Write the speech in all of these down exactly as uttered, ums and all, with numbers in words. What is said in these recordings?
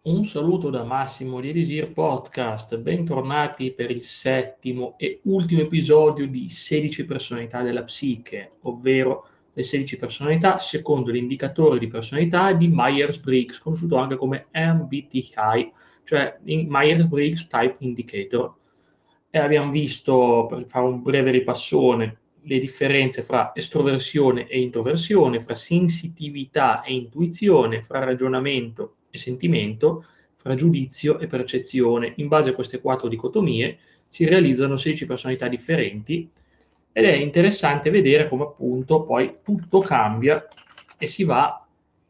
Un saluto da Massimo di Elisir Podcast, bentornati per il settimo e ultimo episodio di sedici personalità della psiche, ovvero le sedici personalità secondo l'indicatore di personalità di Myers-Briggs, conosciuto anche come M B T I, cioè Myers-Briggs Type Indicator. E abbiamo visto, per fare un breve ripassone, le differenze fra estroversione e introversione, fra sensitività e intuizione, fra ragionamento e sentimento, fra giudizio e percezione. In base a queste quattro dicotomie si realizzano sedici personalità differenti ed è interessante vedere come appunto poi tutto cambia e si va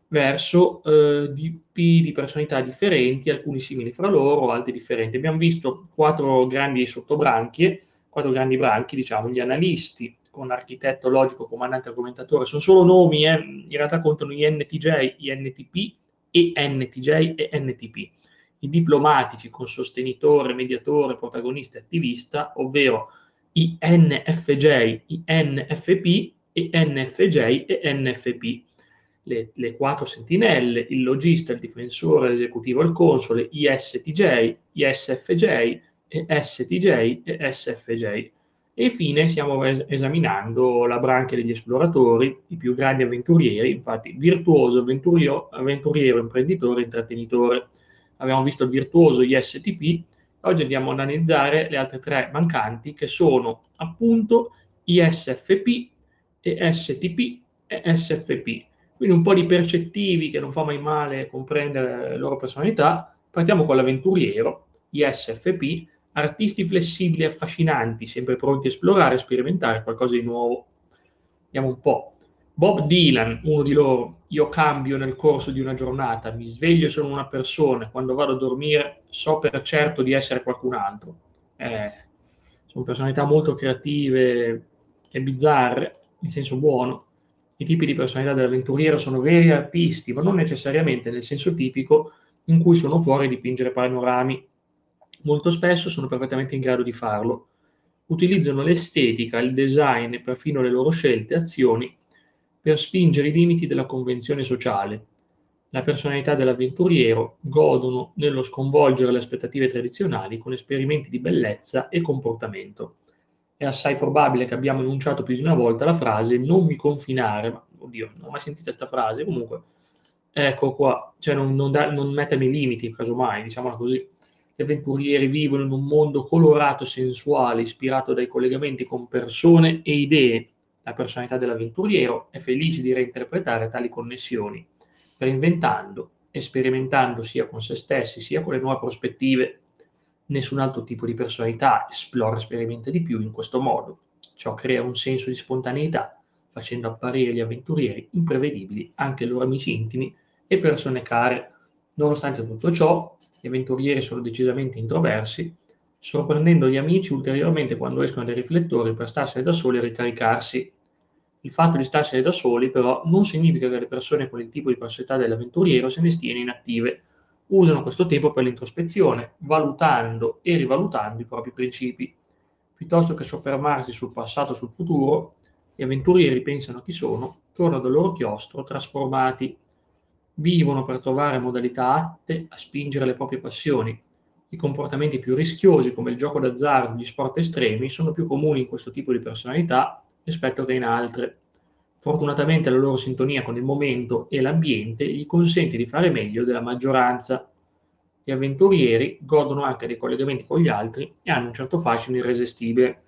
verso eh, tipi di personalità differenti, alcuni simili fra loro, altri differenti. Abbiamo visto quattro grandi sottobranchie, quattro grandi branchi, diciamo, gli analisti, con architetto, logico, comandante, argomentatore, sono solo nomi, eh? In realtà contano I N T J, I N T P, E N T J e N T P. I diplomatici con sostenitore, mediatore, protagonista e attivista, ovvero I N F J, I N F P, E N F J e N F P. Le, le quattro sentinelle, il logista, il difensore, l'esecutivo, il console, I S T J, I S F J, e S T J e S F J. E infine stiamo es- esaminando la branca degli esploratori, i più grandi avventurieri, infatti virtuoso, avventurio, avventuriero, imprenditore, intrattenitore. Abbiamo visto il virtuoso I S T P, oggi andiamo ad analizzare le altre tre mancanti che sono appunto I S F P e S T P e S F P. Quindi un po' di percettivi che non fa mai male comprendere le loro personalità. Partiamo con l'avventuriero, I S F P, artisti flessibili e affascinanti, sempre pronti a esplorare e sperimentare qualcosa di nuovo. Vediamo un po'. Bob Dylan, uno di loro, io cambio nel corso di una giornata, mi sveglio e sono una persona, quando vado a dormire so per certo di essere qualcun altro. Eh, sono personalità molto creative e bizzarre, in senso buono. I tipi di personalità dell'avventuriero sono veri artisti, ma non necessariamente nel senso tipico in cui sono fuori a dipingere panorami. Molto spesso sono perfettamente in grado di farlo. Utilizzano l'estetica, il design e perfino le loro scelte e azioni per spingere i limiti della convenzione sociale. La personalità dell'avventuriero godono nello sconvolgere le aspettative tradizionali con esperimenti di bellezza e comportamento. È assai probabile che abbiamo enunciato più di una volta la frase non mi confinare, ma oddio, non ho mai sentito questa frase, comunque, ecco qua, cioè non, non, da, non mettermi limiti, casomai, diciamola così. Gli avventurieri vivono in un mondo colorato e sensuale, ispirato dai collegamenti con persone e idee. La personalità dell'avventuriero è felice di reinterpretare tali connessioni, reinventando e sperimentando sia con se stessi sia con le nuove prospettive. Nessun altro tipo di personalità esplora e sperimenta di più in questo modo. Ciò crea un senso di spontaneità, facendo apparire gli avventurieri imprevedibili anche ai loro amici intimi e persone care. Nonostante tutto ciò, gli avventurieri sono decisamente introversi, sorprendendo gli amici ulteriormente quando escono dai riflettori per starsene da soli e ricaricarsi. Il fatto di starsene da soli, però, non significa che le persone con il tipo di personalità dell'avventuriero se ne stiano inattive. Usano questo tempo per l'introspezione, valutando e rivalutando i propri principi. Piuttosto che soffermarsi sul passato o sul futuro, gli avventurieri pensano a chi sono, tornano dal loro chiostro trasformati. Vivono per trovare modalità atte a spingere le proprie passioni. I comportamenti più rischiosi, come il gioco d'azzardo e gli sport estremi, sono più comuni in questo tipo di personalità rispetto che in altre. Fortunatamente la loro sintonia con il momento e l'ambiente gli consente di fare meglio della maggioranza. Gli avventurieri godono anche dei collegamenti con gli altri e hanno un certo fascino irresistibile.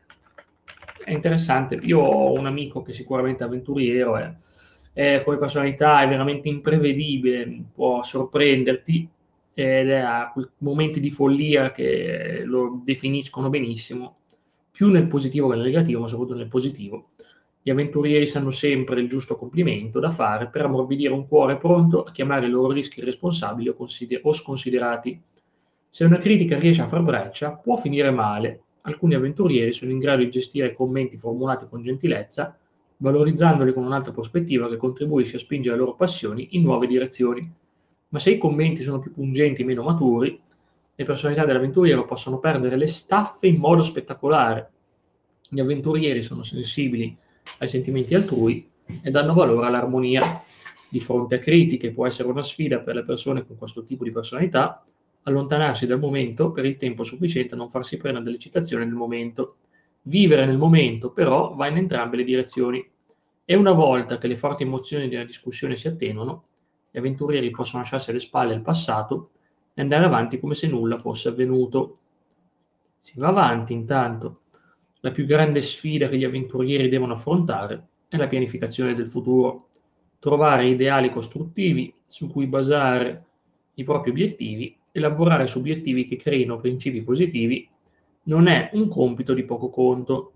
È interessante, io ho un amico che sicuramente è avventuriero, è, è come personalità è veramente imprevedibile, può sorprenderti ed ha quei momenti di follia che lo definiscono benissimo, più nel positivo che nel negativo, ma soprattutto nel positivo. Gli avventurieri sanno sempre il giusto complimento da fare per ammorbidire un cuore pronto a chiamare i loro rischi irresponsabili o, consider- o sconsiderati. Se una critica riesce a far breccia, può finire male. Alcuni avventurieri sono in grado di gestire commenti formulati con gentilezza, valorizzandoli con un'altra prospettiva che contribuisce a spingere le loro passioni in nuove direzioni. Ma se i commenti sono più pungenti e meno maturi, le personalità dell'avventuriero possono perdere le staffe in modo spettacolare. Gli avventurieri sono sensibili ai sentimenti altrui e danno valore all'armonia. Di fronte a critiche può essere una sfida per le persone con questo tipo di personalità allontanarsi dal momento per il tempo sufficiente a non farsi prendere dall'eccitazione del momento. Vivere nel momento però va in entrambe le direzioni e una volta che le forti emozioni di una discussione si attenuano, gli avventurieri possono lasciarsi alle spalle il passato e andare avanti come se nulla fosse avvenuto. Si va avanti intanto. La più grande sfida che gli avventurieri devono affrontare è la pianificazione del futuro. Trovare ideali costruttivi su cui basare i propri obiettivi e lavorare su obiettivi che creino principi positivi non è un compito di poco conto.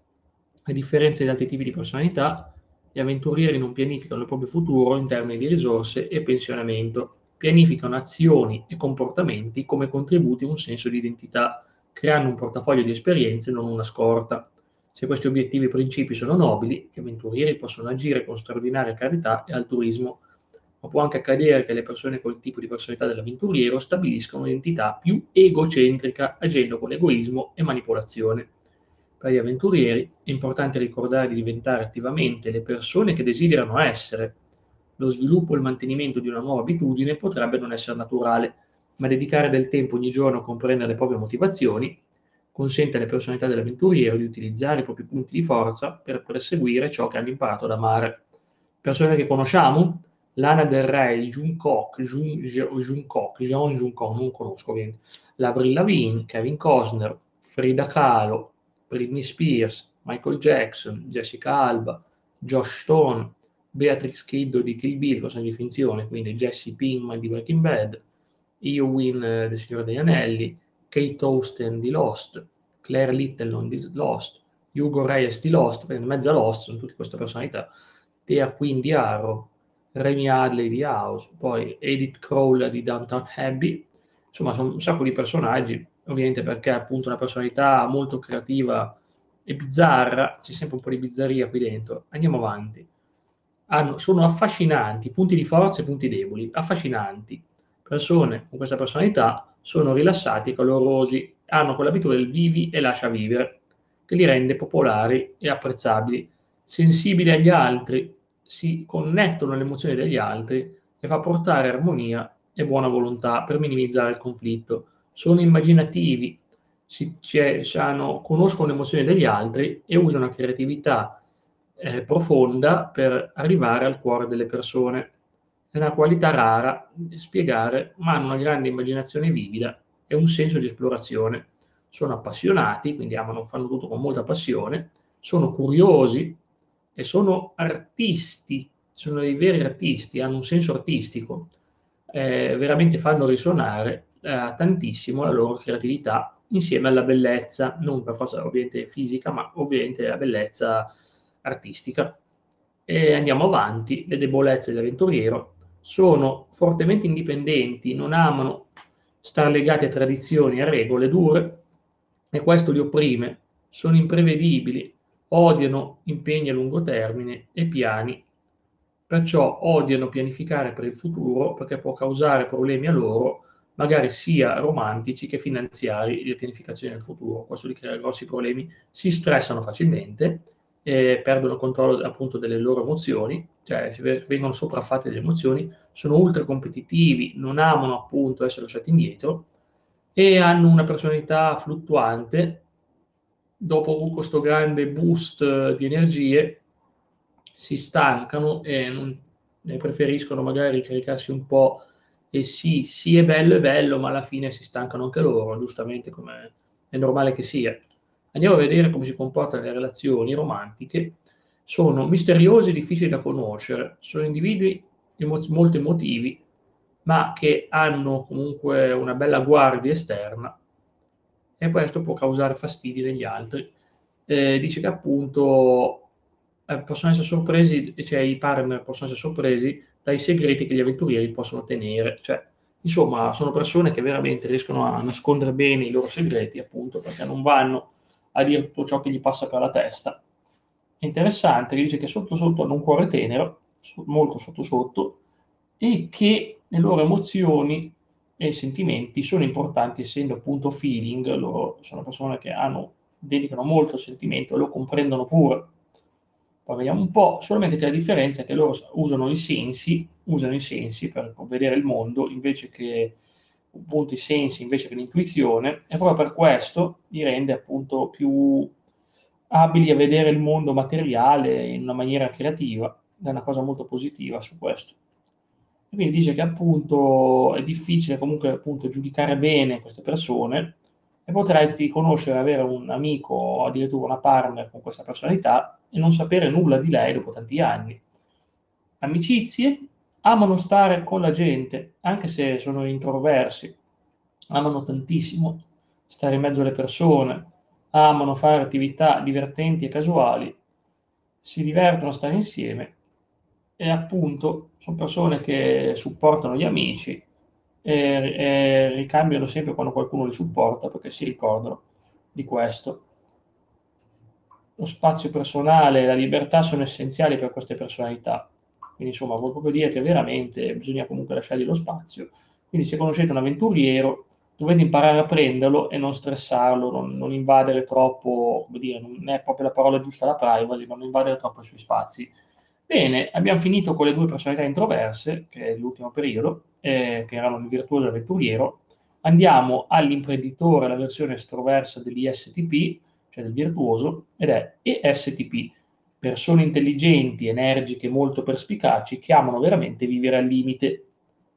A differenza di altri tipi di personalità, gli avventurieri non pianificano il proprio futuro in termini di risorse e pensionamento, pianificano azioni e comportamenti come contributi a un senso di identità, creando un portafoglio di esperienze, non una scorta. Se questi obiettivi e principi sono nobili, gli avventurieri possono agire con straordinaria carità e altruismo, ma può anche accadere che le persone col tipo di personalità dell'avventuriero stabiliscano un'identità più egocentrica, agendo con egoismo e manipolazione. Per gli avventurieri è importante ricordare di diventare attivamente le persone che desiderano essere. Lo sviluppo e il mantenimento di una nuova abitudine potrebbe non essere naturale, ma dedicare del tempo ogni giorno a comprendere le proprie motivazioni consente alle personalità dell'avventuriero di utilizzare i propri punti di forza per perseguire ciò che hanno imparato ad amare. Persone che conosciamo? Lana Del Rey, Jungkook, Jung, Jungkook, Jeon Jungkook, non conosco ovviamente, l'Avril Lavigne, Kevin Costner, Frida Kahlo, Britney Spears, Michael Jackson, Jessica Alba, Josh Stone, Beatrix Kiddo di Kill Bill, cosa di finzione, quindi Jesse Pinkman di Breaking Bad, Eowyn eh, del Signore degli Anelli, Kate Austen di Lost, Claire Littleton di Lost, Hugo Reyes di Lost, perché in mezzo a Lost sono tutte queste personalità, Thea Queen di Arrow, Remy Hadley di House, poi Edith Crowell di Downton Abbey, insomma sono un sacco di personaggi, ovviamente perché è appunto una personalità molto creativa e bizzarra, c'è sempre un po' di bizzarria qui dentro. Andiamo avanti. Hanno, sono affascinanti, punti di forza e punti deboli, affascinanti. Persone con questa personalità sono rilassati e calorosi, hanno quell'abitudine del vivi e lascia vivere, che li rende popolari e apprezzabili, sensibili agli altri, si connettono alle emozioni degli altri e fa portare armonia e buona volontà per minimizzare il conflitto. Sono immaginativi, si, cioè, sanno, conoscono le emozioni degli altri e usano una creatività eh, profonda per arrivare al cuore delle persone. È una qualità rara da spiegare, ma hanno una grande immaginazione vivida e un senso di esplorazione. Sono appassionati, quindi amano, fanno tutto con molta passione, sono curiosi e sono artisti, sono dei veri artisti, hanno un senso artistico, eh, veramente fanno risuonare eh, tantissimo la loro creatività insieme alla bellezza, non per forza ovviamente fisica, ma ovviamente la bellezza artistica. E andiamo avanti, le debolezze dell'avventuriero sono fortemente indipendenti, non amano star legati a tradizioni e a regole dure e questo li opprime, sono imprevedibili, odiano impegni a lungo termine e piani, perciò odiano pianificare per il futuro perché può causare problemi a loro, magari sia romantici che finanziari di pianificazione del futuro. Questo gli crea grossi problemi, si stressano facilmente, eh, perdono il controllo appunto delle loro emozioni, cioè si vengono sopraffatti dalle emozioni, sono ultra competitivi, non amano appunto essere lasciati indietro e hanno una personalità fluttuante. Dopo questo grande boost di energie si stancano e non, ne preferiscono magari ricaricarsi un po', e sì, sì è bello, è bello, ma alla fine si stancano anche loro, giustamente come è normale che sia. Andiamo a vedere come si comportano le relazioni romantiche. Sono misteriosi e difficili da conoscere, sono individui emo- molto emotivi, ma che hanno comunque una bella guardia esterna e questo può causare fastidi negli altri. Eh, dice che appunto eh, possono essere sorpresi, cioè i partner possono essere sorpresi dai segreti che gli avventurieri possono tenere, cioè insomma sono persone che veramente riescono a nascondere bene i loro segreti appunto perché non vanno a dire tutto ciò che gli passa per la testa. È interessante che dice che sotto sotto hanno un cuore tenero, molto sotto sotto, e che le loro emozioni e i sentimenti sono importanti essendo appunto feeling, loro sono persone che hanno, dedicano molto al sentimento e lo comprendono pure. poi vediamo un po', solamente che la differenza è che loro usano i sensi, usano i sensi per vedere il mondo, invece che appunto i sensi, invece che l'intuizione, e proprio per questo li rende appunto più abili a vedere il mondo materiale in una maniera creativa, è una cosa molto positiva su questo. E quindi dice che appunto è difficile comunque appunto giudicare bene queste persone, e potresti conoscere, avere un amico o addirittura una partner con questa personalità e non sapere nulla di lei dopo tanti anni. Amicizie, amano stare con la gente, anche se sono introversi, amano tantissimo stare in mezzo alle persone, amano fare attività divertenti e casuali, si divertono a stare insieme e appunto sono persone che supportano gli amici e, e ricambiano sempre quando qualcuno li supporta perché si ricordano di questo. Lo spazio personale e la libertà sono essenziali per queste personalità. Quindi insomma vuol proprio dire che veramente bisogna comunque lasciargli lo spazio. Quindi se conoscete un avventuriero dovete imparare a prenderlo e non stressarlo, non, non invadere troppo, come dire, non è proprio la parola giusta la privacy, ma non invadere troppo i suoi spazi. Bene, abbiamo finito con le due personalità introverse, che è l'ultimo periodo, eh, che erano il virtuoso e l'avventuriero. Andiamo all'imprenditore, la versione estroversa dell'I S T P, cioè del virtuoso, ed è E S T P, persone intelligenti, energiche, molto perspicaci, che amano veramente vivere al limite.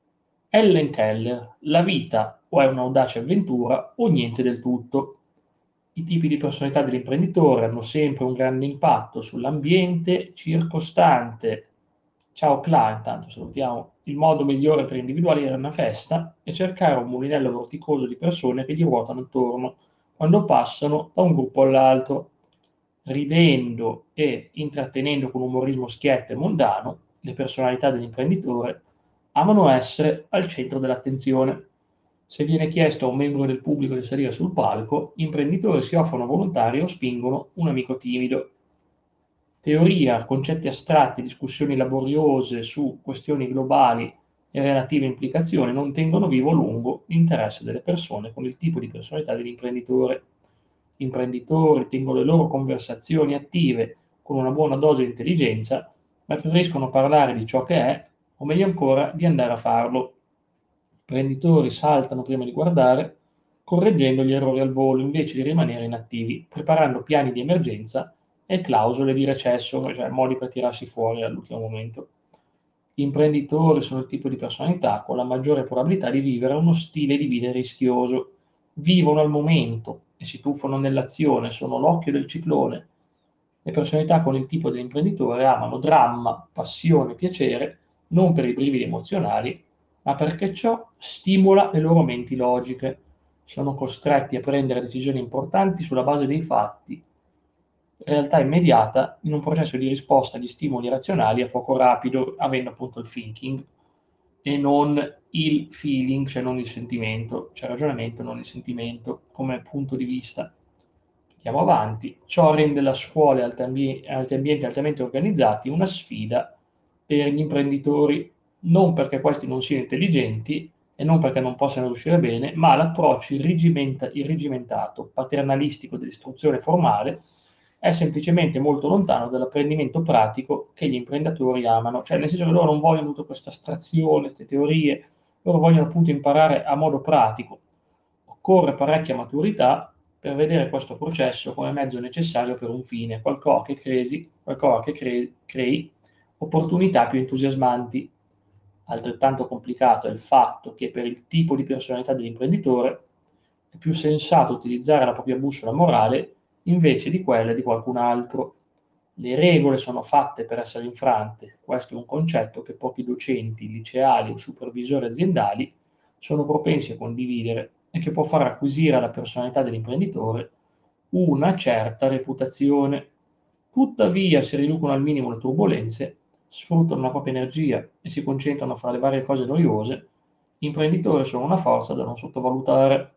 Helen Keller, la vita o è un'audace avventura o niente del tutto. I tipi di personalità dell'imprenditore hanno sempre un grande impatto sull'ambiente circostante. Ciao Cla, intanto salutiamo. Il modo migliore per individuare una festa è cercare un mulinello vorticoso di persone che gli ruotano attorno quando passano da un gruppo all'altro. Ridendo e intrattenendo con umorismo schietto e mondano, le personalità dell'imprenditore amano essere al centro dell'attenzione. Se viene chiesto a un membro del pubblico di salire sul palco, imprenditori si offrono volontari o spingono un amico timido. Teoria, concetti astratti, discussioni laboriose su questioni globali e relative implicazioni non tengono vivo a lungo l'interesse delle persone con il tipo di personalità dell'imprenditore. Gli imprenditori tengono le loro conversazioni attive con una buona dose di intelligenza, ma preferiscono parlare di ciò che è, o meglio ancora, di andare a farlo. I imprenditori saltano prima di guardare, correggendo gli errori al volo invece di rimanere inattivi, preparando piani di emergenza e clausole di recesso, cioè modi per tirarsi fuori all'ultimo momento. Gli imprenditori sono il tipo di personalità con la maggiore probabilità di vivere uno stile di vita rischioso. Vivono al momento e si tuffano nell'azione, sono l'occhio del ciclone. Le personalità con il tipo dell'imprenditore amano dramma, passione, piacere, non per i brividi emozionali, ma perché ciò stimola le loro menti logiche. Sono costretti a prendere decisioni importanti sulla base dei fatti, realtà immediata, in un processo di risposta agli stimoli razionali a fuoco rapido, avendo appunto il thinking e non il feeling, cioè non il sentimento, cioè ragionamento, non il sentimento, come punto di vista. Andiamo avanti. Ciò rende la scuola e altri ambi- altri ambienti altamente organizzati una sfida per gli imprenditori, non perché questi non siano intelligenti e non perché non possano riuscire bene, ma l'approccio irrigimenta- irregimentato, paternalistico dell'istruzione formale è semplicemente molto lontano dall'apprendimento pratico che gli imprenditori amano, cioè nel senso che loro non vogliono tutta questa astrazione, queste teorie, loro vogliono appunto imparare a modo pratico. Occorre parecchia maturità per vedere questo processo come mezzo necessario per un fine, qualcosa che crei, qualcosa che crei, crei opportunità più entusiasmanti. Altrettanto complicato è il fatto che per il tipo di personalità dell'imprenditore è più sensato utilizzare la propria bussola morale invece di quella di qualcun altro. Le regole sono fatte per essere infrante, questo è un concetto che pochi docenti, liceali o supervisori aziendali sono propensi a condividere e che può far acquisire alla personalità dell'imprenditore una certa reputazione. Tuttavia, se riducono al minimo le turbolenze, sfruttano la propria energia e si concentrano fra le varie cose noiose, gli imprenditori sono una forza da non sottovalutare.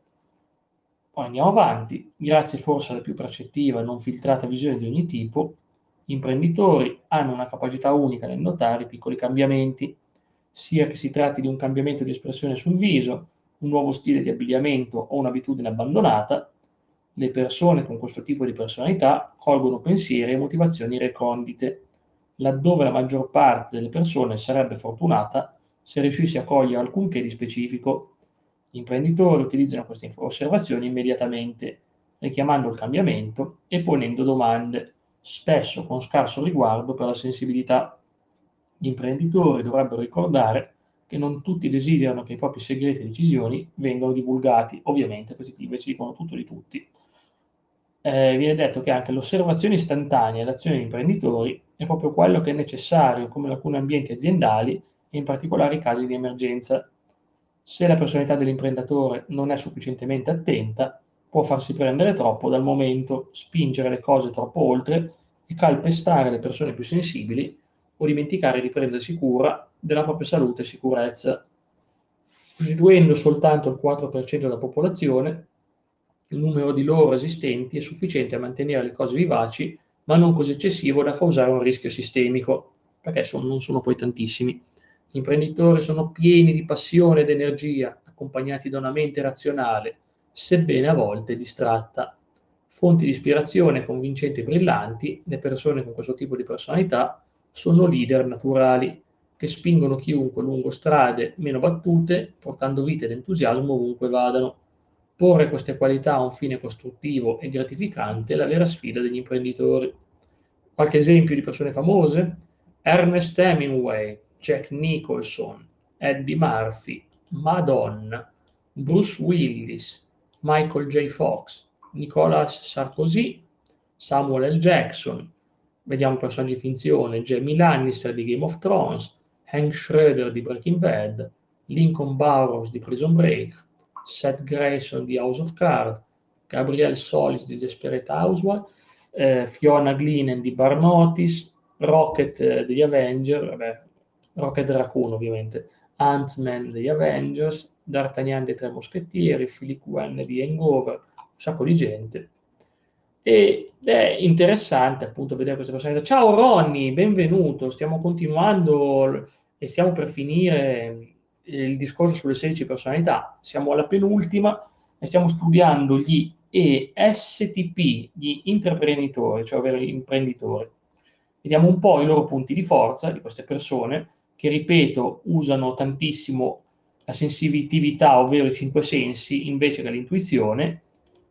Poi andiamo avanti, grazie forse alla più percettiva e non filtrata visione di ogni tipo, gli imprenditori hanno una capacità unica nel notare i piccoli cambiamenti, sia che si tratti di un cambiamento di espressione sul viso, un nuovo stile di abbigliamento o un'abitudine abbandonata, Le persone con questo tipo di personalità colgono pensieri e motivazioni recondite, laddove la maggior parte delle persone sarebbe fortunata se riuscisse a cogliere alcunché di specifico. Gli imprenditori utilizzano queste inf- osservazioni immediatamente, richiamando il cambiamento e ponendo domande, spesso con scarso riguardo per la sensibilità. Gli imprenditori dovrebbero ricordare che non tutti desiderano che i propri segreti e decisioni vengano divulgati. Ovviamente questi qui invece dicono tutto di tutti. Eh, viene detto che anche l'osservazione istantanea e l'azione degli imprenditori è proprio quello che è necessario, come in alcuni ambienti aziendali e in particolari casi di emergenza. Se la personalità dell'imprenditore non è sufficientemente attenta, può farsi prendere troppo dal momento, spingere le cose troppo oltre e calpestare le persone più sensibili o dimenticare di prendersi cura della propria salute e sicurezza. Costituendo soltanto il quattro per cento della popolazione, il numero di loro esistenti è sufficiente a mantenere le cose vivaci, ma non così eccessivo da causare un rischio sistemico, perché son- non sono poi tantissimi. Gli imprenditori sono pieni di passione ed energia, accompagnati da una mente razionale, sebbene a volte distratta. Fonti di ispirazione convincenti e brillanti, le persone con questo tipo di personalità sono leader naturali che spingono chiunque lungo strade meno battute, portando vita ed entusiasmo ovunque vadano. Porre queste qualità a un fine costruttivo e gratificante è la vera sfida degli imprenditori. Qualche esempio di persone famose? Ernest Hemingway, Jack Nicholson, Eddie Murphy, Madonna, Bruce Willis, Michael J. Fox, Nicolas Sarkozy, Samuel L. Jackson, vediamo personaggi di finzione, Jamie Lannister di Game of Thrones, Hank Schroeder di Breaking Bad, Lincoln Burrows di Prison Break, Seth Grayson di House of Cards, Gabrielle Solis di Desperate Housewives, eh, Fiona Gleanen di Bar Notice, Rocket eh, degli Avengers, vabbè, Rocket Raccoon ovviamente, Ant-Man degli Avengers, D'Artagnan dei Tre Moschettieri, Philip Wen di Hangover, un sacco di gente. Ed è interessante appunto vedere queste persone. Ciao Ronny, benvenuto. Stiamo continuando e stiamo per finire il discorso sulle sedici personalità. Siamo alla penultima e stiamo studiando gli E S T P, gli intraprenditori, cioè ovvero gli imprenditori. Vediamo un po' i loro punti di forza di queste persone che, ripeto, usano tantissimo la sensitività, ovvero i cinque sensi, invece che l'intuizione,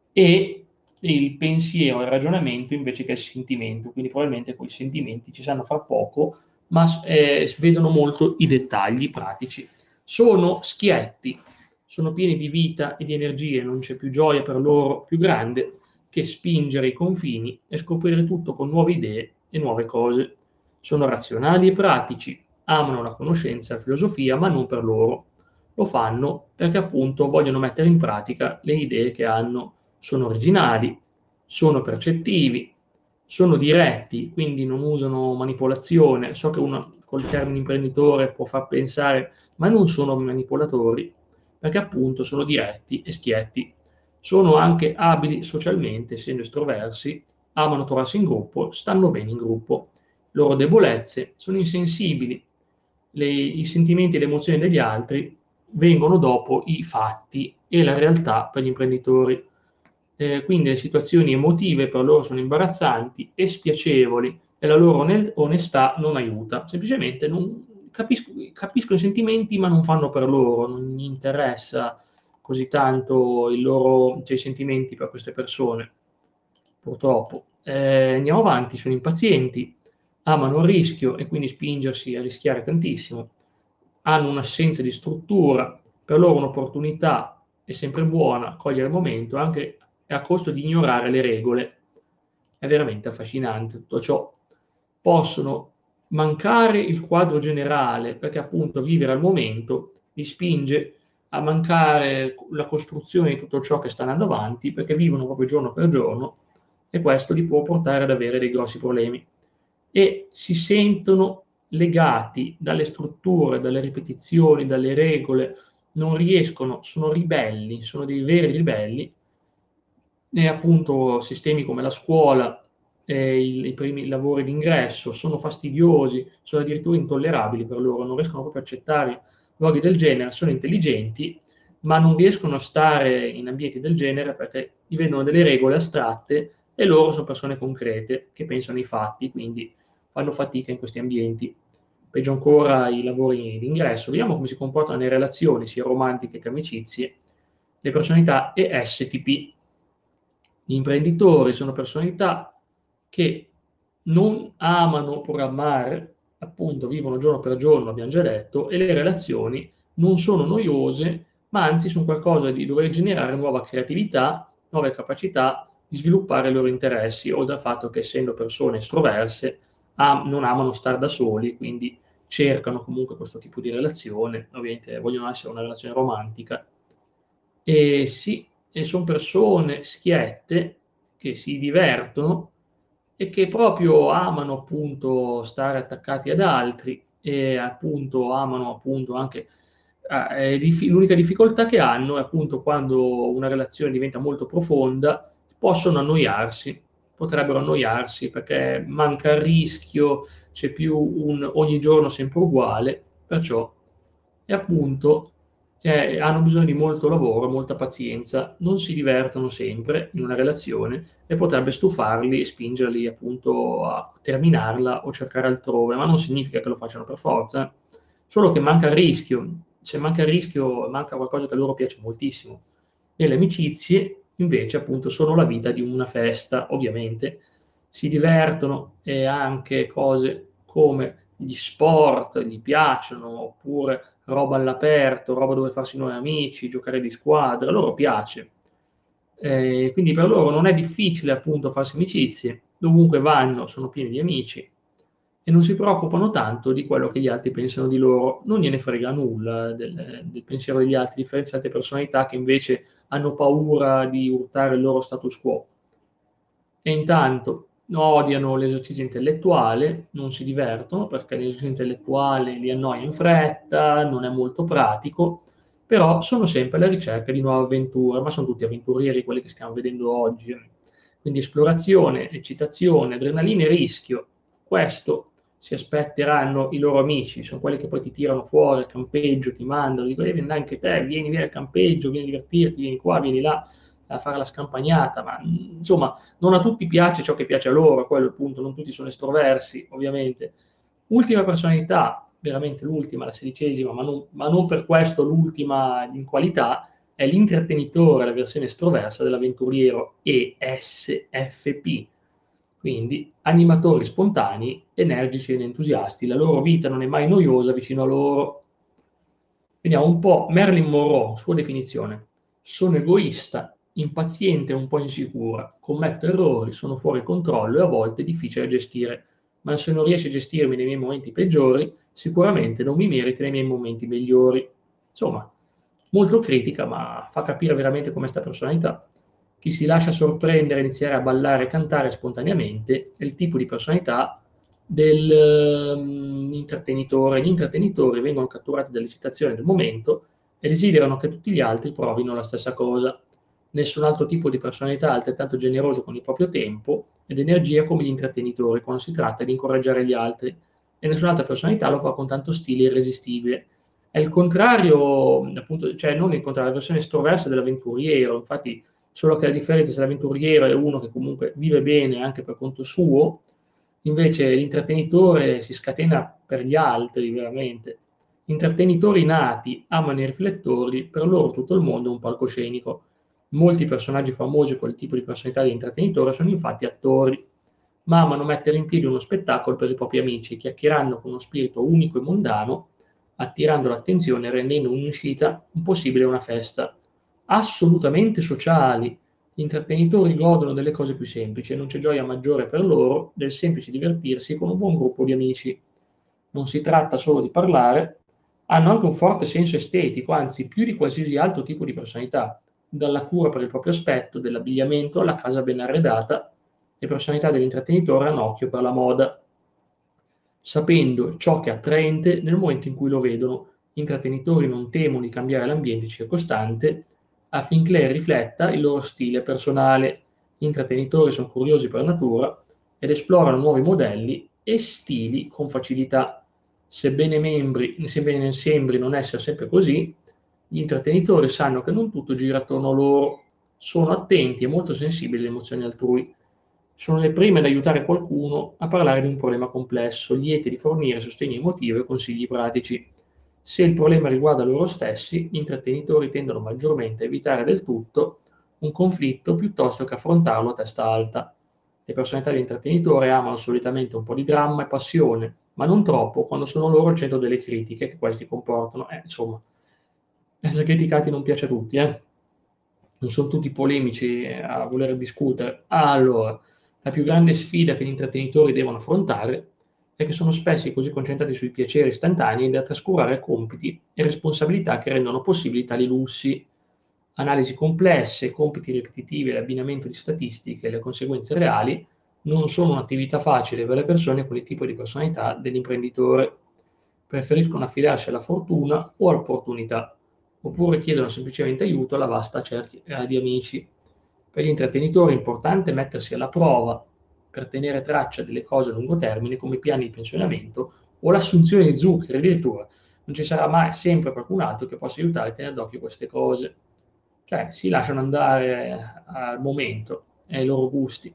e il pensiero e il ragionamento invece che il sentimento. Quindi probabilmente con i sentimenti ci sanno far poco, ma eh, vedono molto i dettagli pratici. Sono schietti, sono pieni di vita e di energie, non c'è più gioia per loro più grande che spingere i confini e scoprire tutto con nuove idee e nuove cose. Sono razionali e pratici, amano la conoscenza e la filosofia, ma non per loro. Lo fanno perché appunto vogliono mettere in pratica le idee che hanno. Sono originali, sono percettivi, sono diretti, quindi non usano manipolazione. So che uno col termine imprenditore può far pensare, ma non sono manipolatori, perché appunto sono diretti e schietti. Sono anche abili socialmente, essendo estroversi, amano trovarsi in gruppo, stanno bene in gruppo. Loro debolezze sono insensibili. Le, I sentimenti e le emozioni degli altri vengono dopo i fatti e la realtà per gli imprenditori. Eh, quindi le situazioni emotive per loro sono imbarazzanti e spiacevoli e la loro onestà non aiuta. Semplicemente non capisco, capisco i sentimenti, ma non fanno per loro, non gli interessa così tanto il loro, cioè, i sentimenti per queste persone, purtroppo. Eh, andiamo avanti, sono impazienti, amano il rischio e quindi spingersi a rischiare tantissimo, hanno un'assenza di struttura, per loro un'opportunità è sempre buona, cogliere il momento anche a costo di ignorare le regole. È veramente affascinante tutto ciò. Possono mancare il quadro generale perché appunto vivere al momento li spinge a mancare la costruzione di tutto ciò che sta andando avanti perché vivono proprio giorno per giorno e questo li può portare ad avere dei grossi problemi e si sentono legati dalle strutture, dalle ripetizioni, dalle regole, non riescono, sono ribelli, sono dei veri ribelli e appunto sistemi come la scuola e i, i primi lavori d'ingresso sono fastidiosi, sono addirittura intollerabili per loro, non riescono proprio a accettare luoghi del genere, sono intelligenti, ma non riescono a stare in ambienti del genere perché gli vendono delle regole astratte e loro sono persone concrete che pensano ai fatti, quindi fanno fatica in questi ambienti. Peggio ancora i lavori d'ingresso. Vediamo come si comportano nelle relazioni, sia romantiche che amicizie, le personalità E S T P. Gli imprenditori sono personalità che non amano programmare, appunto vivono giorno per giorno, abbiamo già detto, e le relazioni non sono noiose, ma anzi sono qualcosa di dove generare nuova creatività, nuove capacità di sviluppare i loro interessi, oltre al fatto che essendo persone estroverse am- non amano stare da soli, quindi cercano comunque questo tipo di relazione, ovviamente vogliono essere una relazione romantica. E sì, e son persone schiette che si divertono e che proprio amano appunto stare attaccati ad altri e appunto amano appunto anche a ehm, diffi l'unica difficoltà che hanno è appunto quando una relazione diventa molto profonda, possono annoiarsi, potrebbero annoiarsi perché manca il rischio, c'è più un ogni giorno sempre uguale, perciò e appunto, cioè hanno bisogno di molto lavoro, molta pazienza, non si divertono sempre in una relazione e potrebbe stufarli e spingerli appunto a terminarla o cercare altrove, ma non significa che lo facciano per forza, eh. Solo che manca il rischio. Se manca il rischio, manca qualcosa che a loro piace moltissimo. E le amicizie invece appunto sono la vita di una festa, ovviamente. Si divertono e anche cose come gli sport gli piacciono, oppure roba all'aperto, roba dove farsi nuovi amici, giocare di squadra, a loro piace. Ehm, quindi per loro non è difficile appunto farsi amicizie, dovunque vanno sono pieni di amici e non si preoccupano tanto di quello che gli altri pensano di loro, non gliene frega nulla del del pensiero degli altri, differenziate personalità che invece hanno paura di urtare il loro status quo. E intanto odiano l'esercizio intellettuale, non si divertono perché l'esercizio intellettuale li annoia in fretta, non è molto pratico, però sono sempre alla ricerca di nuove avventure, ma son tutti avventurieri quelli che stiamo vedendo oggi. eh. Quindi esplorazione, eccitazione, adrenalina e rischio. Questo si aspetteranno i loro amici, son quelli che poi ti tirano fuori al campeggio, ti mandano, dico: "Devi andare anche te, vieni, vieni al campeggio, vieni a divertirti, vieni qua, vieni là a fare la scampagnata", ma, mhmm, insomma non a tutti piace ciò che piace a loro, quello è il punto, non tutti sono estroversi, ovviamente. Ultima personalità, veramente l'ultima, la sedicesima, ma non, ma non per questo l'ultima in qualità, è l'intrattenitore, la versione estroversa dell'avventuriero E S F P. Quindi animatori spontanei, energici ed entusiasti. La loro vita non è mai noiosa vicino a loro. Vediamo un po' Marilyn Monroe, sua definizione: "Sono egoista, impaziente e un po' insicura, commetto errori, sono fuori controllo e a volte difficile da gestire, ma se non riesci a gestirmi nei miei momenti peggiori, sicuramente non mi meriti nei miei momenti migliori". Insomma, molto critica, ma fa capire veramente com'è 'sta personalità. Chi si lascia sorprendere e iniziare a ballare e cantare spontaneamente è il tipo di personalità del, mhmm, intrattenitore. Gli intrattenitori vengono catturati dall'eccitazione del momento e desiderano che tutti gli altri provino la stessa cosa. Nessun altro tipo di personalità è altrettanto generoso con il proprio tempo ed energia come gli intrattenitori quando si tratta di incoraggiare gli altri, e nessun'altra personalità lo fa con tanto stile irresistibile. È il contrario, appunto, cioè non il contrario, la versione estroversa dell'avventuriero. Infatti, solo che la differenza se l'avventuriero è uno che comunque vive bene anche per conto suo, invece l'intrattenitore si scatena per gli altri veramente. Intrattenitori nati amano i riflettori, per loro tutto il mondo è un palcoscenico. Molti personaggi famosi con quel tipo di personalità di intrattenitore sono infatti attori, ma amano mettere in piedi uno spettacolo per i propri amici, chiacchierando con uno spirito unico e mondano, attirando l'attenzione e rendendo un'uscita impossibile una festa. Assolutamente sociali. Gli intrattenitori godono delle cose più semplici e non c'è gioia maggiore per loro del semplice divertirsi con un buon gruppo di amici. Non si tratta solo di parlare, hanno anche un forte senso estetico, anzi più di qualsiasi altro tipo di personalità, dalla cura per il proprio aspetto, dell'abbigliamento alla casa ben arredata. Le personalità dell'intrattenitore hanno occhio per la moda, sapendo ciò che è attraente nel momento in cui lo vedono. Gli intrattenitori non temono di cambiare l'ambiente circostante affinché rifletta il loro stile personale. Gli intrattenitori sono curiosi per natura ed esplorano nuovi modelli e stili con facilità. Sebbene, membri, sebbene sembri non essere sempre così, gli intrattenitori sanno che non tutto gira attorno a loro. sono attenti e molto sensibili alle emozioni altrui. Sono le prime ad aiutare qualcuno a parlare di un problema complesso, liete di fornire sostegno emotivo e consigli pratici. Se il problema riguarda loro stessi, gli intrattenitori tendono maggiormente a evitare del tutto un conflitto piuttosto che affrontarlo a testa alta. Le personalità di intrattenitore amano solitamente un po' di dramma e passione, ma non troppo quando sono loro al centro delle critiche che questi comportano. Eh, insomma, essere criticati non piace a tutti, eh? Non sono tutti polemici a voler discutere. Allora, la più grande sfida che gli intrattenitori devono affrontare è che sono spesso così concentrati sui piaceri istantanei da trascurare compiti e responsabilità che rendono possibili tali lussi. Analisi complesse, compiti ripetitivi e l'abbinamento di statistiche e le conseguenze reali non sono un'attività facile per le persone con il tipo di personalità dell'imprenditore. Preferiscono affidarsi alla fortuna o all'opportunità, oppure chiedono semplicemente aiuto alla vasta cerchia di amici. Per gli intrattenitori è importante mettersi alla prova per tenere traccia delle cose a lungo termine come i piani di pensionamento o l'assunzione di zuccheri, addirittura. Non ci sarà mai sempre qualcun altro che possa aiutare a tenere d'occhio queste cose. Cioè, si lasciano andare al momento e ai loro gusti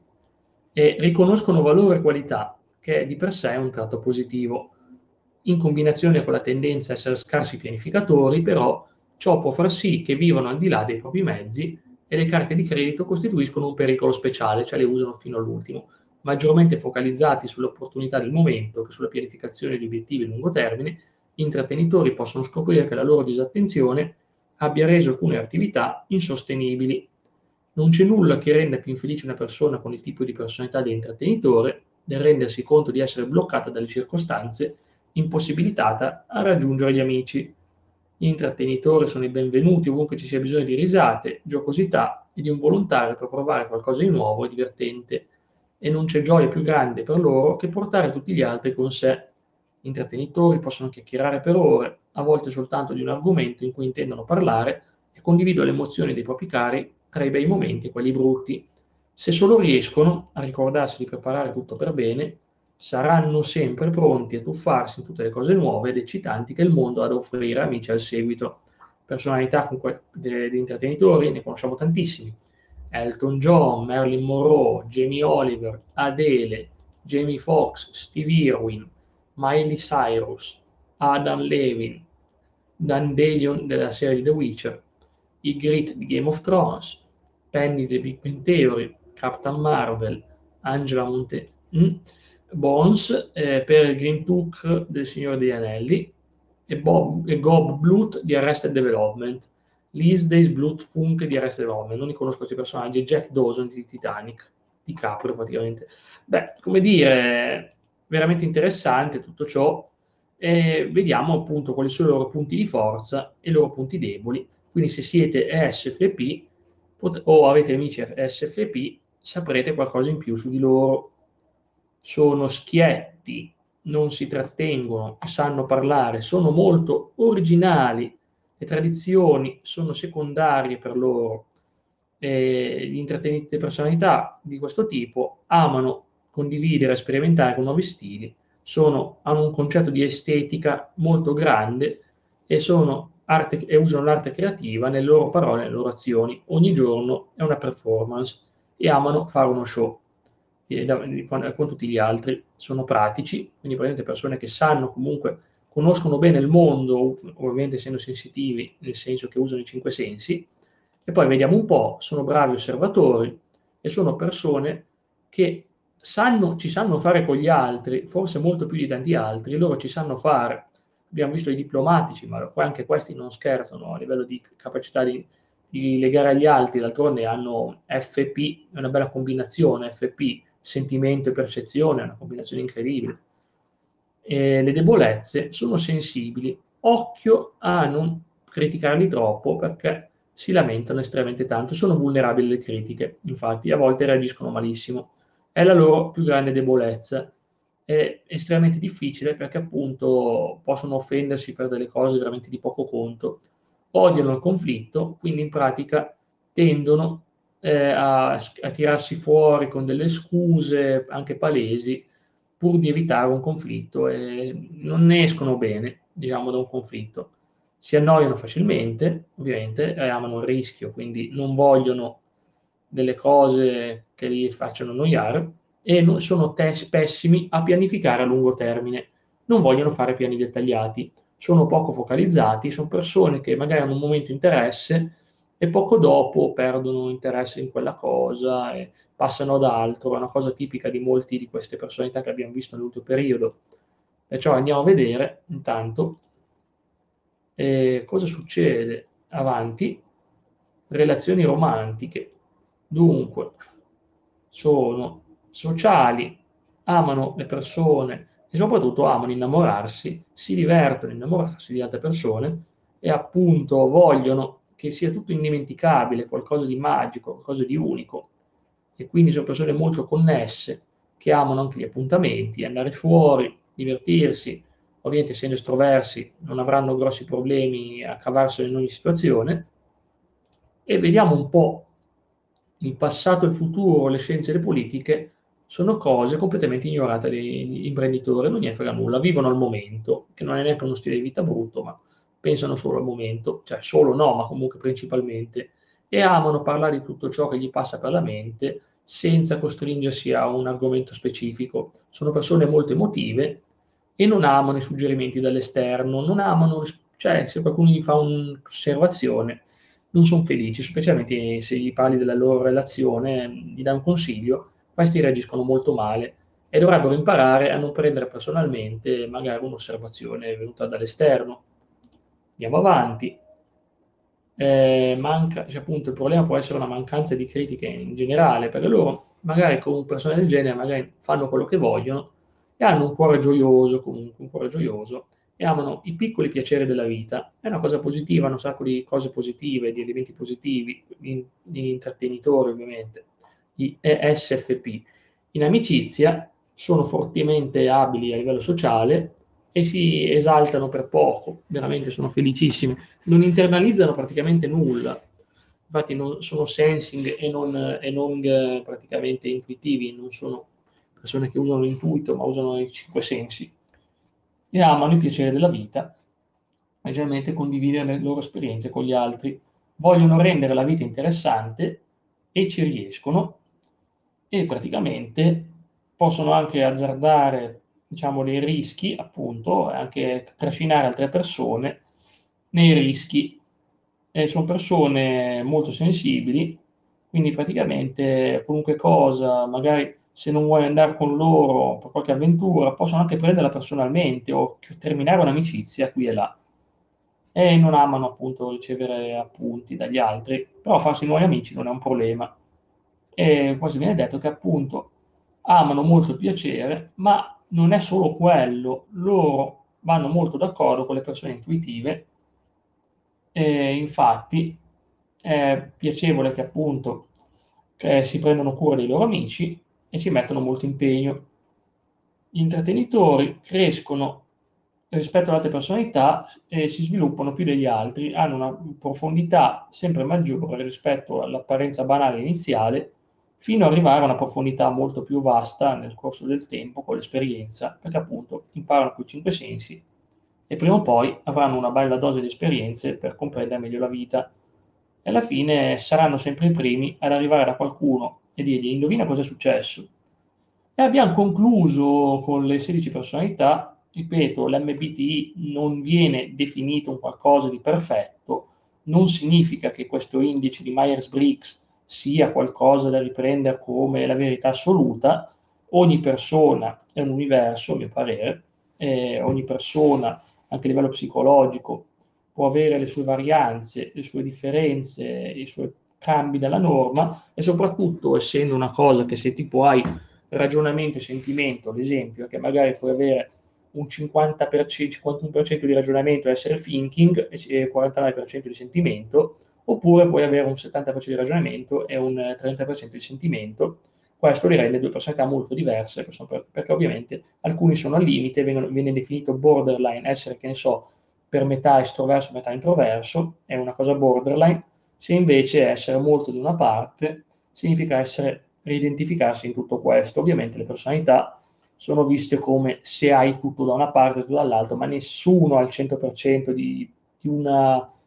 e riconoscono valore e qualità, che di per sé è un tratto positivo. In combinazione con la tendenza a essere scarsi pianificatori, però, ciò può far sì che vivano al di là dei propri mezzi e le carte di credito costituiscono un pericolo speciale, cioè le usano fino all'ultimo, maggiormente focalizzati sulle opportunità del momento che sulla pianificazione di obiettivi a lungo termine. Gli intrattenitori possono scoprire che la loro disattenzione abbia reso alcune attività insostenibili. Non c'è nulla che renda più infelice una persona con il tipo di personalità di intrattenitore del rendersi conto di essere bloccata dalle circostanze, impossibilitata a raggiungere gli amici. Gli intrattenitori sono i benvenuti ovunque ci sia bisogno di risate, giocosità e di un volontario per provare qualcosa di nuovo e divertente, e non c'è gioia più grande per loro che portare tutti gli altri con sé. Gli intrattenitori possono chiacchierare per ore, a volte soltanto di un argomento in cui intendono parlare, e condividono le emozioni dei propri cari tra i bei momenti e quelli brutti. Se solo riescono a ricordarsi di preparare tutto per bene, saranno sempre pronti a tuffarsi in tutte le cose nuove ed eccitanti che il mondo ha da offrire amici al seguito. Personalità di intrattenitori ne conosciamo tantissimi: Elton John, Marilyn Monroe, Jamie Oliver, Adele, Jamie Foxx, Steve Irwin, Miley Cyrus, Adam Levine, Dan Dalion della serie The Witcher, Ygritte di Game of Thrones, Penny di Big Bang Theory, Captain Marvel, Angela Monte, mm, Bones, eh, Peregrine Took del Signore degli Anelli e, Bob, e Gob Bluth di Arrested Development, Liz Days Bluth Funk di Arrested Development. Non li conosco questi personaggi. Jack Dawson di Titanic, di Caprio praticamente. Beh, come dire, veramente interessante tutto ciò, e vediamo appunto quali sono i loro punti di forza e i loro punti deboli. Quindi se siete E S F P pot- o avete amici E S F P, saprete qualcosa in più su di loro. Sono schietti, non si trattengono, sanno parlare, sono molto originali, le tradizioni sono secondarie per loro. E gli intrattenimenti, personalità di questo tipo amano condividere e sperimentare con nuovi stili, sono, hanno un concetto di estetica molto grande e, sono arte, e usano l'arte creativa nelle loro parole e nelle loro azioni. Ogni giorno è una performance e amano fare uno show con, con tutti gli altri. Sono pratici, quindi praticamente persone che sanno comunque, conoscono bene il mondo, ovviamente essendo sensitivi, nel senso che usano i cinque sensi. E poi vediamo un po', sono bravi osservatori e sono persone che sanno, ci sanno fare con gli altri, forse molto più di tanti altri. Loro ci sanno fare. Abbiamo visto i diplomatici, ma anche questi non scherzano a livello di capacità di, di legare agli altri. D'altronde hanno F P, è una bella combinazione, F P, sentimento e percezione, è una combinazione incredibile. E le debolezze sono sensibili. Occhio a non criticarli troppo, perché si lamentano estremamente tanto, sono vulnerabili alle critiche, infatti a volte reagiscono malissimo. È la loro più grande debolezza. È estremamente difficile perché appunto possono offendersi per delle cose veramente di poco conto, odiano il conflitto, quindi in pratica tendono eh, a, a tirarsi fuori con delle scuse anche palesi pur di evitare un conflitto, e non ne escono bene, diciamo, da un conflitto. Si annoiano facilmente, ovviamente, e amano il rischio, quindi non vogliono delle cose che li facciano annoiare e non, sono test pessimi a pianificare a lungo termine, non vogliono fare piani dettagliati, sono poco focalizzati, sono persone che magari hanno un momento interesse e poco dopo perdono interesse in quella cosa e passano ad altro, è una cosa tipica di molti di queste personalità che abbiamo visto nell'ultimo periodo. Perciò andiamo a vedere intanto eh, cosa succede avanti. Relazioni romantiche, dunque, sono sociali, amano le persone e soprattutto amano innamorarsi, si divertono a innamorarsi di altre persone e appunto vogliono che sia tutto indimenticabile, qualcosa di magico, qualcosa di unico. E quindi sono persone molto connesse, che amano anche gli appuntamenti, andare fuori, divertirsi. Ovviamente essendo estroversi non avranno grossi problemi a cavarsene in ogni situazione. E vediamo un po' il passato, il futuro, le scienze e le politiche sono cose completamente ignorate dagli imprenditori, non gliene frega nulla, vivono al momento, che non è neanche uno stile di vita brutto, ma pensano solo al momento, cioè solo no, ma comunque principalmente, e amano parlare di tutto ciò che gli passa per la mente senza costringersi a un argomento specifico. Sono persone molto emotive e non amano i suggerimenti dall'esterno, non amano, cioè se qualcuno gli fa un'osservazione, non sono felici, specialmente se gli parli della loro relazione, gli dai un consiglio, questi reagiscono molto male e dovrebbero imparare a non prendere personalmente magari un'osservazione venuta dall'esterno. Andiamo avanti. Eh, manca, cioè appunto il problema può essere una mancanza di critiche in generale, perché loro magari con persone del genere magari fanno quello che vogliono e hanno un cuore gioioso, comunque un cuore gioioso, e amano i piccoli piaceri della vita. È una cosa positiva, hanno un sacco di cose positive, di elementi positivi, di, di intrattenitori ovviamente, di E S F P. In amicizia sono fortemente abili a livello sociale e si esaltano per poco, veramente sono felicissimi, non internalizzano praticamente nulla, infatti non, sono sensing e non, e non eh, praticamente intuitivi, non sono persone che usano l'intuito ma usano i cinque sensi e amano il piacere della vita e generalmente condividere le loro esperienze con gli altri, vogliono rendere la vita interessante e ci riescono e praticamente possono anche azzardare, diciamo, dei rischi, appunto, e anche trascinare altre persone nei rischi. E sono persone molto sensibili, quindi praticamente qualunque cosa, magari se non vuoi andare con loro per qualche avventura, possono anche prenderla personalmente o terminare un'amicizia qui e là. E non amano appunto ricevere appunti dagli altri, però farsi nuovi amici non è un problema. E poi si viene detto che appunto amano molto il piacere, ma non è solo quello, loro vanno molto d'accordo con le persone intuitive e infatti è piacevole che appunto che si prendono cura dei loro amici e ci mettono molto impegno. Gli intrattenitori crescono rispetto ad altre personalità e si sviluppano più degli altri, hanno una profondità sempre maggiore rispetto all'apparenza banale iniziale, fino ad arrivare a una profondità molto più vasta nel corso del tempo con l'esperienza, perché appunto imparano con i cinque sensi e prima o poi avranno una bella dose di esperienze per comprendere meglio la vita e alla fine saranno sempre i primi ad arrivare da qualcuno e dirgli indovina cosa è successo. E abbiamo concluso con le sedici personalità. Ripeto, l'M B T I non viene definito un qualcosa di perfetto, non significa che questo indice di Myers-Briggs sia qualcosa da riprendere come la verità assoluta. Ogni persona è un universo, a mio parere, e ogni persona, anche a livello psicologico, può avere le sue varianze, le sue differenze, i suoi cambi dalla norma e soprattutto, essendo una cosa che se tipo hai ragionamento e sentimento, ad esempio, che magari puoi avere un cinquanta per cento, cinquantuno per cento di ragionamento e essere thinking e quarantanove per cento di sentimento, oppure puoi avere un settanta per cento di ragionamento e un trenta per cento di sentimento. Questo li rende due personalità molto diverse, perché ovviamente alcuni sono al limite, vengono, viene definito borderline, essere, che ne so, per metà estroverso, metà introverso, è una cosa borderline, se invece essere molto di una parte significa essere reidentificarsi in tutto questo. Ovviamente le personalità sono viste come se hai tutto da una parte e tutto dall'altra, ma nessuno ha il cento per cento di, di una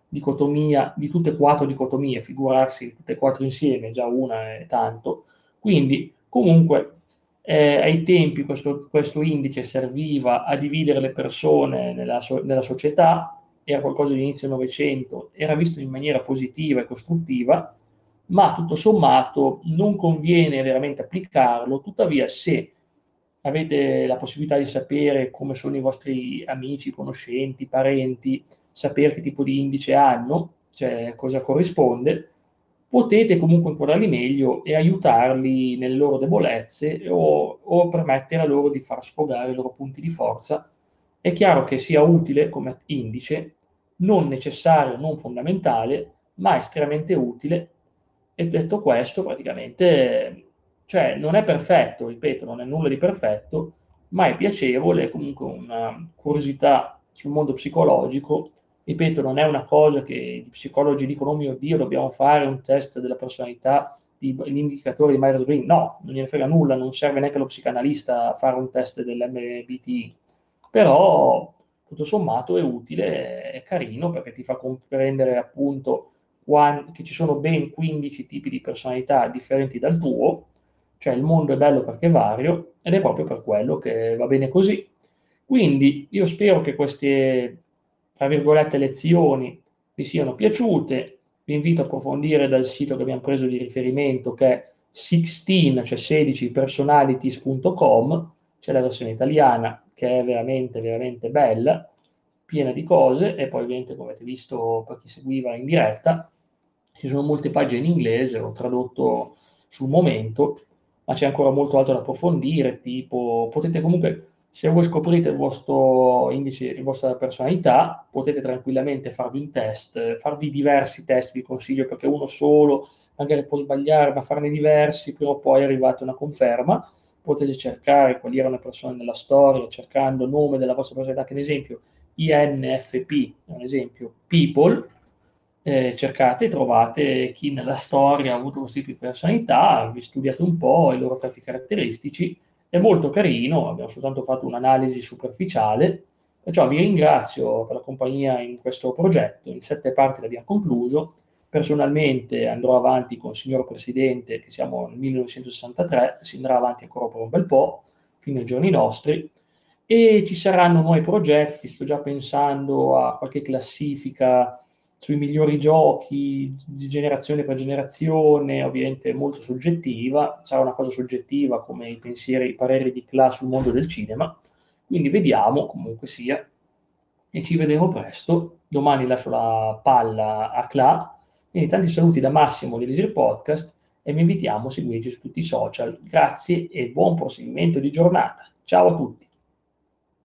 dicotomia, di tutte e quattro dicotomie, figurarsi tutte e quattro insieme, già una è tanto. Quindi comunque eh, ai tempi questo, questo indice serviva a dividere le persone nella, so, nella società, era qualcosa di inizio Novecento, era visto in maniera positiva e costruttiva, ma tutto sommato non conviene veramente applicarlo. Tuttavia, se avete la possibilità di sapere come sono i vostri amici, conoscenti, parenti, sapere che tipo di indice hanno, cioè cosa corrisponde, potete comunque inquadrarli meglio e aiutarli nelle loro debolezze o, o permettere a loro di far sfogare i loro punti di forza. È chiaro che sia utile come indice, non necessario, non fondamentale, ma estremamente utile. E detto questo, praticamente, cioè non è perfetto, ripeto, non è nulla di perfetto, ma è piacevole, è comunque una curiosità sul mondo psicologico. Ripeto, non è una cosa che gli psicologi dicono, oh mio Dio, dobbiamo fare un test della personalità, di, l'indicatore di Myers-Briggs. No, non gliene frega nulla, non serve neanche lo psicanalista a fare un test dell'M B T I. Però, tutto sommato, è utile, è carino, perché ti fa comprendere appunto che ci sono ben quindici tipi di personalità differenti dal tuo, cioè il mondo è bello perché è vario, ed è proprio per quello che va bene così. Quindi io spero che queste, tra virgolette, lezioni vi siano piaciute. Vi invito a approfondire dal sito che abbiamo preso di riferimento, che è sedici, cioè sedici personalities punto com. C'è la versione italiana che è veramente, veramente bella, piena di cose, e poi ovviamente, come avete visto per chi seguiva in diretta, ci sono molte pagine in inglese, ho tradotto sul momento, ma c'è ancora molto altro da approfondire, tipo, potete comunque, se voi scoprite il vostro indice, la vostra personalità, potete tranquillamente farvi un test, farvi diversi test, vi consiglio, perché uno solo magari può sbagliare, ma farne diversi, prima o poi arrivate a una conferma. Potete cercare quali erano le persone nella storia, cercando il nome della vostra personalità, che ad esempio I N F P, ad esempio people, eh, cercate e trovate chi nella storia ha avuto questo tipo di personalità, vi studiate un po' i loro tratti caratteristici, è molto carino, abbiamo soltanto fatto un'analisi superficiale, perciò vi ringrazio per la compagnia in questo progetto, in sette parti l'abbiamo concluso. Personalmente andrò avanti con il signor Presidente, che siamo nel millenovecentosessantatré, si andrà avanti ancora per un bel po', fino ai giorni nostri, e ci saranno nuovi progetti, sto già pensando a qualche classifica sui migliori giochi di generazione per generazione, ovviamente molto soggettiva, sarà una cosa soggettiva come i pensieri, i pareri di Cla sul mondo del cinema, quindi vediamo, comunque sia, e ci vedremo presto. Domani lascio la palla a Cla, quindi tanti saluti da Massimo di Elisir Podcast e vi invitiamo a seguirci su tutti i social. Grazie e buon proseguimento di giornata. Ciao a tutti.